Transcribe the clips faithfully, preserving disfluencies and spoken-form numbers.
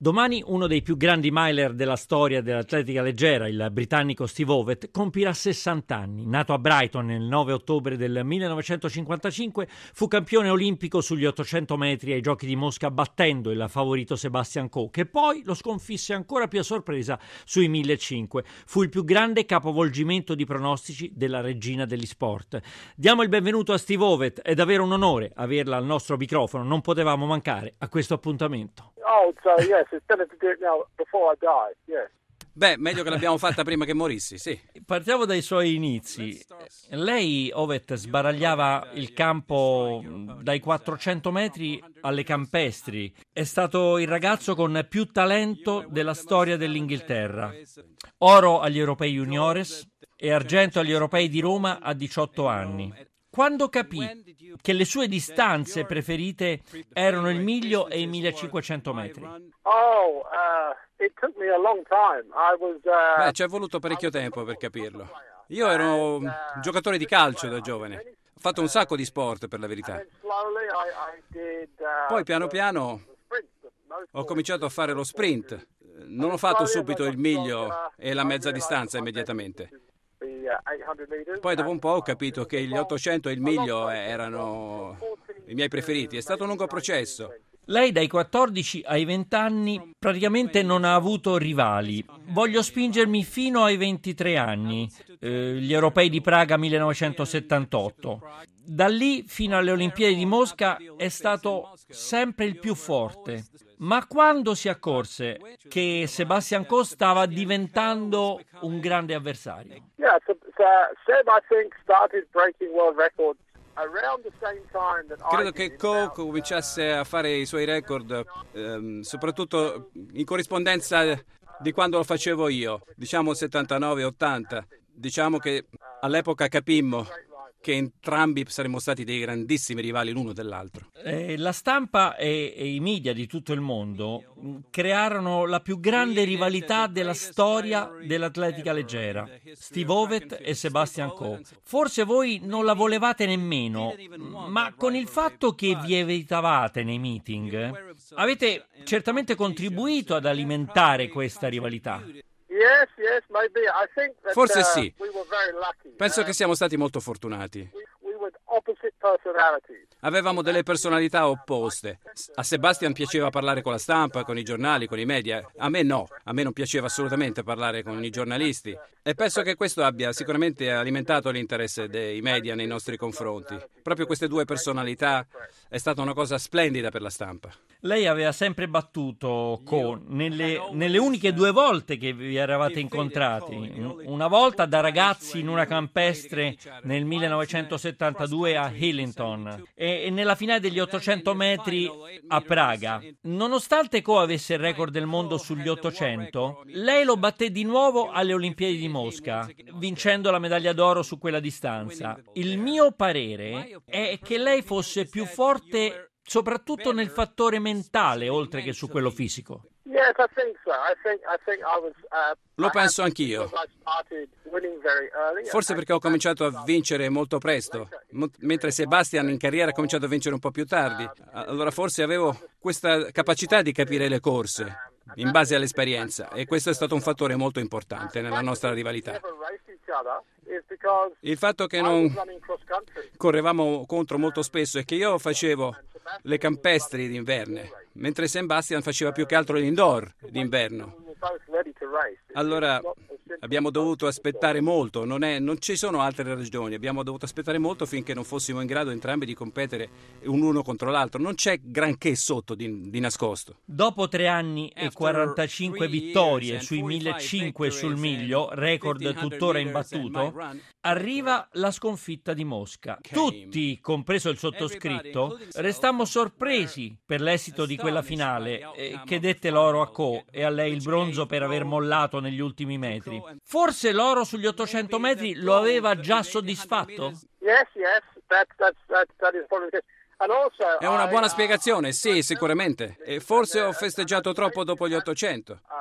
Domani uno dei più grandi miler della storia dell'atletica leggera, il britannico Steve Ovett, compirà sessanta anni. Nato a Brighton il nove ottobre del millenovecentocinquantacinque, fu campione olimpico sugli ottocento metri ai Giochi di Mosca battendo il favorito Sebastian Coe, che poi lo sconfisse ancora più a sorpresa sui millecinquecento. Fu il più grande capovolgimento di pronostici della regina degli sport. Diamo il benvenuto a Steve Ovett, è davvero un onore averla al nostro microfono, non potevamo mancare a questo appuntamento. Oh, so yes, it's better to do it now before I die, yes. Beh, meglio che l'abbiamo fatta prima che morissi, sì. Partiamo dai suoi inizi. Lei, Ovett, sbaragliava il campo dai quattrocento metri alle campestri. È stato il ragazzo con più talento della storia dell'Inghilterra. Oro agli Europei Juniores e argento agli Europei di Roma a diciotto anni. Quando capì che le sue distanze preferite erano il miglio e i millecinquecento metri? Oh, uh, it took me a long time. I was, uh, Beh, ci è voluto parecchio tempo per capirlo. Io ero un giocatore di calcio da giovane. Ho fatto un sacco di sport, per la verità. Poi piano piano ho cominciato a fare lo sprint. Non ho fatto subito il miglio e la mezza distanza immediatamente. Poi dopo un po' ho capito che gli ottocento e il miglio erano i miei preferiti. È stato un lungo processo. Lei dai quattordici ai venti anni praticamente non ha avuto rivali. Voglio spingermi fino ai ventitré anni, eh, gli Europei di Praga millenovecentosettantotto. Da lì fino alle Olimpiadi di Mosca è stato sempre il più forte. Ma quando si accorse che Sebastian Coe stava diventando un grande avversario? Yeah, so, so Seb, I think, started breaking world records around the same time that I Credo che did. Coe cominciasse a fare i suoi record, ehm, soprattutto in corrispondenza di quando lo facevo io, diciamo settantanove ottanta. Diciamo che all'epoca capimmo che entrambi saremmo stati dei grandissimi rivali l'uno dell'altro. Eh, la stampa e, e i media di tutto il mondo crearono la più grande rivalità della storia dell'atletica leggera, Steve Ovett e Sebastian Coe. Forse voi non la volevate nemmeno, ma con il fatto che vi evitavate nei meeting, avete certamente contribuito ad alimentare questa rivalità. Yes, yes, maybe. I think that, Forse uh, sì. we were very lucky. Penso Uh, che siamo stati molto fortunati. we, we were opposite personalities. Avevamo delle personalità opposte. A Sebastian piaceva parlare con la stampa, con i giornali, con i media. A me no, a me non piaceva assolutamente parlare con i giornalisti. E penso che questo abbia sicuramente alimentato l'interesse dei media nei nostri confronti. Proprio queste due personalità è stata una cosa splendida per la stampa. Lei aveva sempre battuto Coe nelle, nelle uniche due volte che vi eravate incontrati. Una volta da ragazzi in una campestre nel millenovecentosettantadue a Hillington e, e nella finale degli ottocento metri a Praga. Nonostante Coe avesse il record del mondo sugli ottocento, lei lo batté di nuovo alle Olimpiadi di Mosca, vincendo la medaglia d'oro su quella distanza. Il mio parere è che lei fosse più forte soprattutto nel fattore mentale, oltre che su quello fisico. Yes, I think so. I think I think I was. Uh, Lo I penso had- anch'io. because I started winning very early. Forse perché ho cominciato a vincere molto presto, mo- mentre Sebastian in carriera ha cominciato a vincere un po' più tardi. Allora forse avevo questa capacità di capire le corse in base all'esperienza e questo è stato un fattore molto importante nella nostra rivalità. Never raced each other is because Il fatto che I was non running cross country. correvamo contro molto spesso è che io facevo le campestri d'inverno, mentre Sebastian faceva più che altro l'indoor d'inverno. We were both ready to race. Allora It's not as simple abbiamo dovuto aspettare molto, non, è, non ci sono altre ragioni, abbiamo dovuto aspettare molto finché non fossimo in grado entrambi di competere un uno contro l'altro, non c'è granché sotto di, di nascosto. Dopo tre anni e quarantacinque vittorie sui millecinquecento e sul miglio, record tuttora imbattuto, arriva la sconfitta di Mosca. Tutti, compreso il sottoscritto, restammo sorpresi per l'esito di quella finale, eh, che dette l'oro a Coe e a lei il bronzo per aver mollato negli ultimi metri. Forse l'oro sugli ottocento metri lo aveva già soddisfatto? Yes, yes, that, that's, that, that is probably the case. And also, È una I, buona uh, spiegazione, sì, sicuramente. E forse ho festeggiato troppo dopo gli ottocento. uh,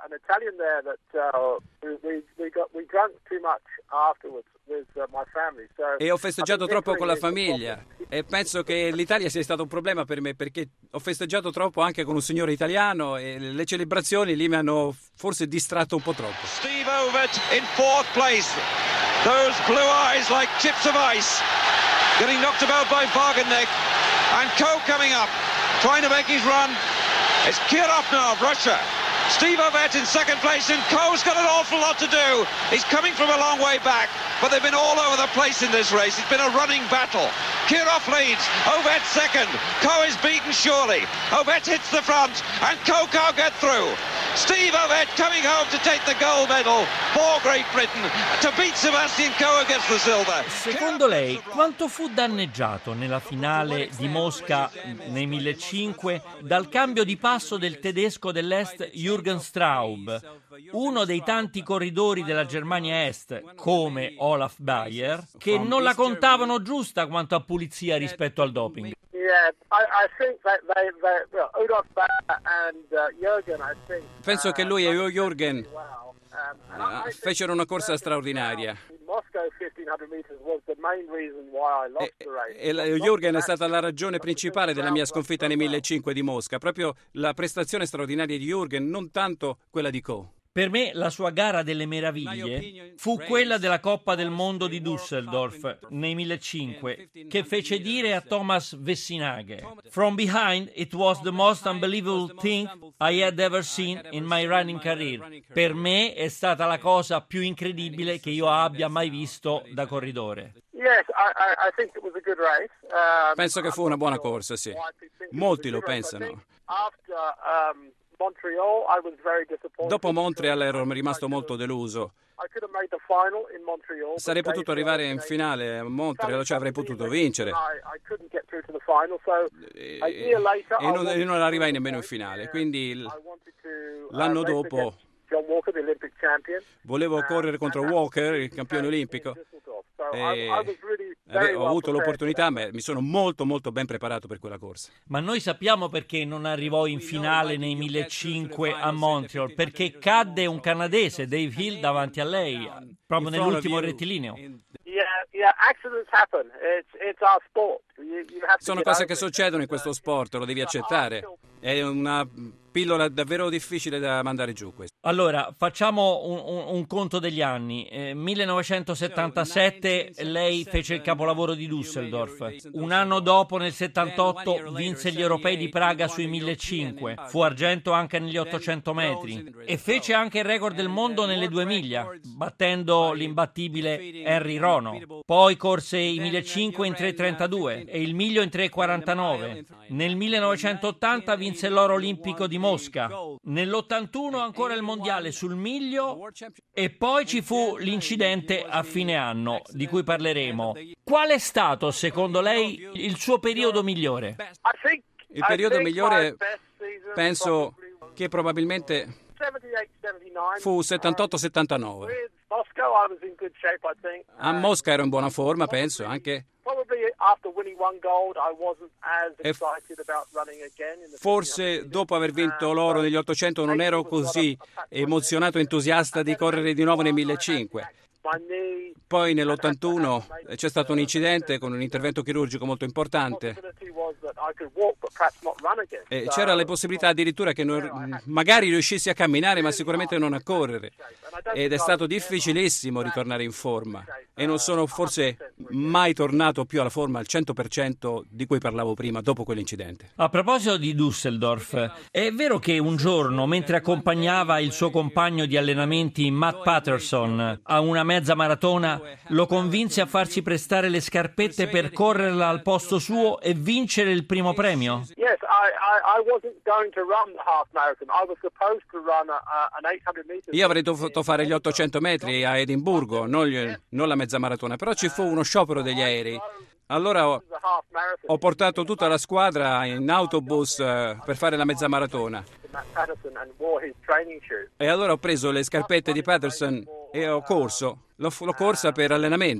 uh, an Italian there that uh, we we got we drank too much afterwards with uh, my family. So e ho festeggiato troppo con la famiglia e penso che l'Italia sia stato un problema per me perché ho festeggiato troppo anche con un signore italiano e le celebrazioni lì mi hanno forse distratto un po' troppo. Steve Ovett in fourth place. Those blue eyes like chips of ice. Getting knocked about by Wagenknecht. And Coe coming up, trying to make his run. It's Kirov now of Russia. Steve Ovett in second place, and Coe's got an awful lot to do. He's coming from a long way back, but they've been all over the place in this race. It's been a running battle. Kirov leads, Ovett second. Coe is beaten surely. Ovett hits the front, and Coe can't get through. Steve Ovett coming home to take the gold medal for Great Britain to beat Sebastian Coe against the silver. Secondo lei, quanto fu danneggiato nella finale di Mosca nei millecinquecento dal cambio di passo del tedesco dell'Est Jürgen Straub, uno dei tanti corridori della Germania Est, come Olaf Bayer, che non la contavano giusta quanto a pulizia rispetto al doping? Yeah, I, I think that they, they well, Rudolf Bayer and uh, Jürgen, I think. Penso che lui e Jürgen Well, um, and I- I think fecero una corsa Jürgen straordinaria. in Moscow fifteen hundred meters was the main reason why I lost E, the race. e la- Jürgen è stata la ragione principale della mia sconfitta nei millecinquecento di Mosca, proprio la prestazione straordinaria di Jürgen, non tanto quella di Coe. Per me la sua gara delle meraviglie fu quella della Coppa del Mondo di Düsseldorf nei millecinquecento, che fece dire a Thomas Vessinage: "From behind it was the most unbelievable thing I had ever seen in my running career." Per me è stata la cosa più incredibile che io abbia mai visto da corridore. Yes, I, I, I think it was a good race. Um, Penso che fu una buona corsa, sì. why I think it was Molti a lo good race. I pensano. think After um, Montreal, I was very disappointed. Dopo Montreal ero rimasto molto deluso. I could have made the final in Montreal. Sarei but potuto they- arrivare in they- finale a Montreal, cioè avrei potuto vincere. I, I couldn't get through to the final, so E, a year later, e I non, wanted e non to arrivai win the nemmeno in point, finale, and quindi il- I wanted to, uh, l'anno race dopo against John Walker, the Olympic champion. volevo Uh, correre contro and that Walker, was il campione in olimpico. Düsseldorf. So E I, I was really ave- very ho well avuto prepared l'opportunità, for ma that. mi sono molto molto ben preparato per quella corsa. Ma noi sappiamo perché non arrivò in finale nei millecinquecento a Montreal, perché cadde un canadese, Dave Hill, davanti a lei, proprio nell'ultimo rettilineo. Yeah, yeah, accidents happen. It's it's our sport. You, you have to Sono get cose over che it. succedono in questo sport, lo devi accettare. È una pillola davvero difficile da mandare giù questa. Allora, facciamo un, un- un conto degli anni. Eh, millenovecentosettantasette lei fece il capolavoro di Düsseldorf. Un anno dopo, nel settantotto, vinse gli europei di Praga sui millecinquecento. Fu argento anche negli ottocento metri. E fece anche il record del mondo nelle due miglia, battendo l'imbattibile Henry Rono. Poi corse i millecinquecento in tre trentadue e il miglio in tre quarantanove. Nel millenovecentottanta vinse l'oro olimpico di Mosca. Nell'ottantuno ancora il mondiale sul miglio e poi ci fu l'incidente a fine anno, di cui parleremo. Qual è stato, secondo lei, il suo periodo migliore? I think, Il periodo I think migliore my best season penso probably che probabilmente seventy-eight seventy-nine. fu settantotto settantanove. With Moscow, I was in good shape, I think. A Mosca ero in buona forma, penso, anche Probably after winning one gold, I wasn't as E f- excited about running again in the forse dopo aver vinto l'oro negli ottocento non ero così emozionato e entusiasta di correre di nuovo nei millecinquecento. My knee Poi nell'ottantuno c'è stato un incidente con un intervento chirurgico molto importante possibility was that I could walk, but perhaps not run again. e So, c'era la possibilità addirittura che non- magari riuscissi a camminare ma sicuramente non a correre. Ed è stato difficilissimo ritornare in forma e non sono forse mai tornato più alla forma al cento per cento di cui parlavo prima dopo quell'incidente. A proposito di Düsseldorf, è vero che un giorno, mentre accompagnava il suo compagno di allenamenti Matt Patterson a una mezza maratona, lo convinse a farsi prestare le scarpette per correrla al posto suo e vincere il primo premio? Yes, I, I, I wasn't going to run the half marathon. I was supposed to run a, a, an eight hundred meters. Io avrei dovuto fare gli ottocento metri a Edimburgo, non, gli- non la mezza maratona, però ci fu uno sciopero degli aerei. Allora ho, The half marathon. ho portato tutta la squadra in autobus eh, per fare la mezza maratona. Matt Patterson and wore his training shoes. E allora ho preso le scarpette di Patterson e ho corso. L'ho, l'ho corsa per allenamento.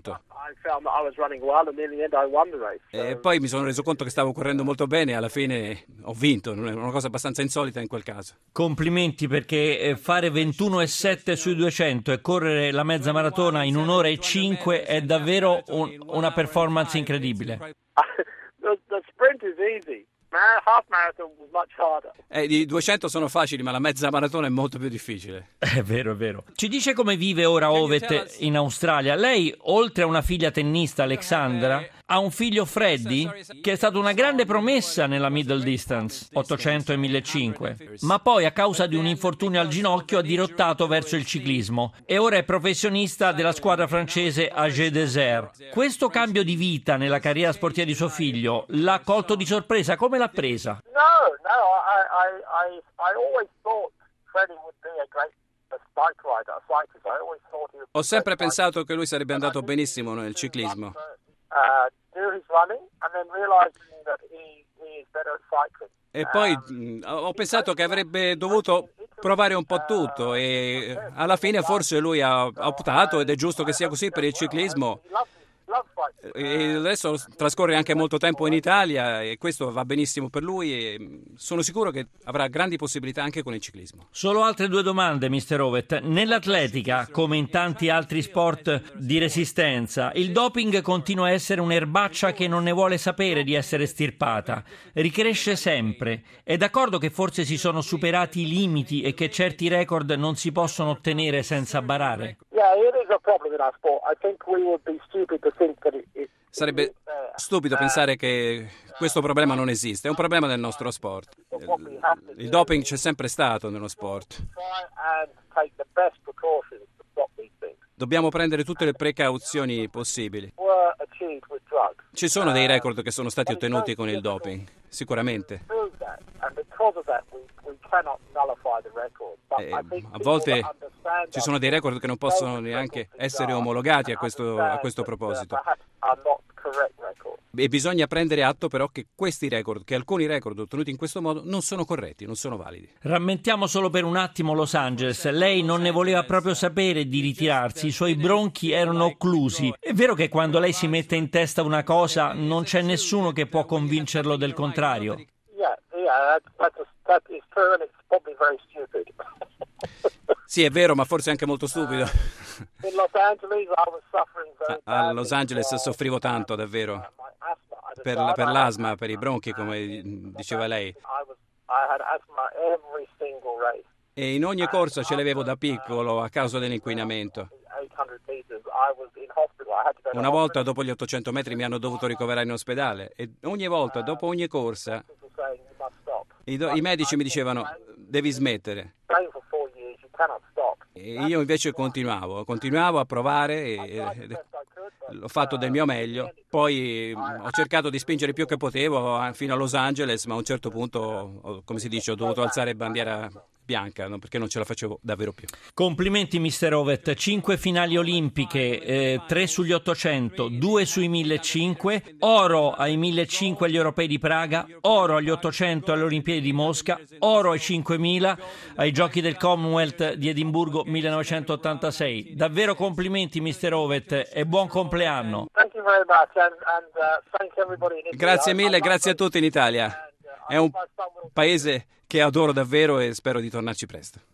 E poi mi sono reso conto che stavo correndo molto bene e alla fine ho vinto, una cosa abbastanza insolita in quel caso. Complimenti, perché fare ventuno e sette sui duecento e correre la mezza maratona in un'ora e cinque è davvero un, una performance incredibile. the, the sprint is easy. Half marathon was much harder. Eh, I duecento sono facili, ma la mezza maratona è molto più difficile. È vero, è vero. Ci dice come vive ora Ovett in Australia. Lei, oltre a una figlia tennista, Alexandra, ha un figlio, Freddy, che è stata una grande promessa nella middle distance, ottocento e millecinquecento, ma poi a causa di un infortunio al ginocchio ha dirottato verso il ciclismo e ora è professionista della squadra francese A G Desert. Questo cambio di vita nella carriera sportiva di suo figlio l'ha colto di sorpresa. Come l'ha presa? No, no, I, I, I, I always thought Freddie would be a great bike rider, cyclist. I always thought he would. Ho sempre pensato che lui sarebbe andato benissimo nel ciclismo. Uh, do his running and then realizing that he, he is better at cycling. E poi mh, ho pensato che avrebbe dovuto provare un po' tutto e alla fine forse lui ha, ha optato, ed è giusto che sia così, per il ciclismo. E adesso trascorre anche molto tempo in Italia e questo va benissimo per lui e sono sicuro che avrà grandi possibilità anche con il ciclismo. Solo altre due domande, mister Ovett. Nell'atletica, come in tanti altri sport di resistenza, il doping continua a essere un'erbaccia che non ne vuole sapere di essere estirpata. Ricresce sempre. È d'accordo che forse si sono superati i limiti e che certi record non si possono ottenere senza barare? Yeah, it is a problem in our sport. I think we would be stupid to think that it, it Sarebbe stupido pensare che questo problema non esiste, è un problema del nostro sport. Il, il doping c'è sempre stato nello sport. Dobbiamo prendere tutte le precauzioni possibili. Ci sono dei record che sono stati ottenuti con il doping, sicuramente. E a volte ci sono dei record che non possono neanche essere omologati a questo, a questo proposito. E bisogna prendere atto però che questi record, che alcuni record ottenuti in questo modo non sono corretti, non sono validi. Rammentiamo solo per un attimo Los Angeles. Lei non ne voleva proprio sapere di ritirarsi, i suoi bronchi erano occlusi. È vero che quando lei si mette in testa una cosa non c'è nessuno che può convincerlo del contrario? Yeah, yeah, that, that is true and it's probably very stupid. Sì, è vero, ma forse anche molto stupido. In Los Angeles, I was suffering very A Los Angeles soffrivo tanto, davvero, per, la- per l'asma, per i bronchi, come diceva lei. I was, I had asthma every single race. E in ogni corsa ce l'avevo da piccolo a causa dell'inquinamento. eight hundred meters, I was in hospital. I had to go to Una volta dopo gli ottocento metri mi hanno dovuto ricoverare in ospedale e ogni volta, dopo ogni corsa, hospital saying you must stop. i, do- i medici mi dicevano devi smettere. Train for four years, you cannot stop. E io invece continuavo, continuavo a provare e, e l'ho fatto del mio meglio. Poi ho cercato di spingere più che potevo fino a Los Angeles, ma a un certo punto, come si dice, ho dovuto alzare bandiera bianca, no? Perché non ce la facevo davvero più. Complimenti mister Ovett, cinque finali olimpiche, eh, tre sugli ottocento, due sui millecinquecento, oro ai millecinquecento agli europei di Praga, oro agli ottocento alle Olimpiadi di Mosca, oro ai cinquemila ai Giochi del Commonwealth di Edimburgo millenovecentottantasei. Davvero complimenti mister Ovett e buon compleanno. Thank you very much and, and uh, thank everybody in Italy. Grazie mille, grazie a tutti in Italia. È un paese che adoro davvero e spero di tornarci presto.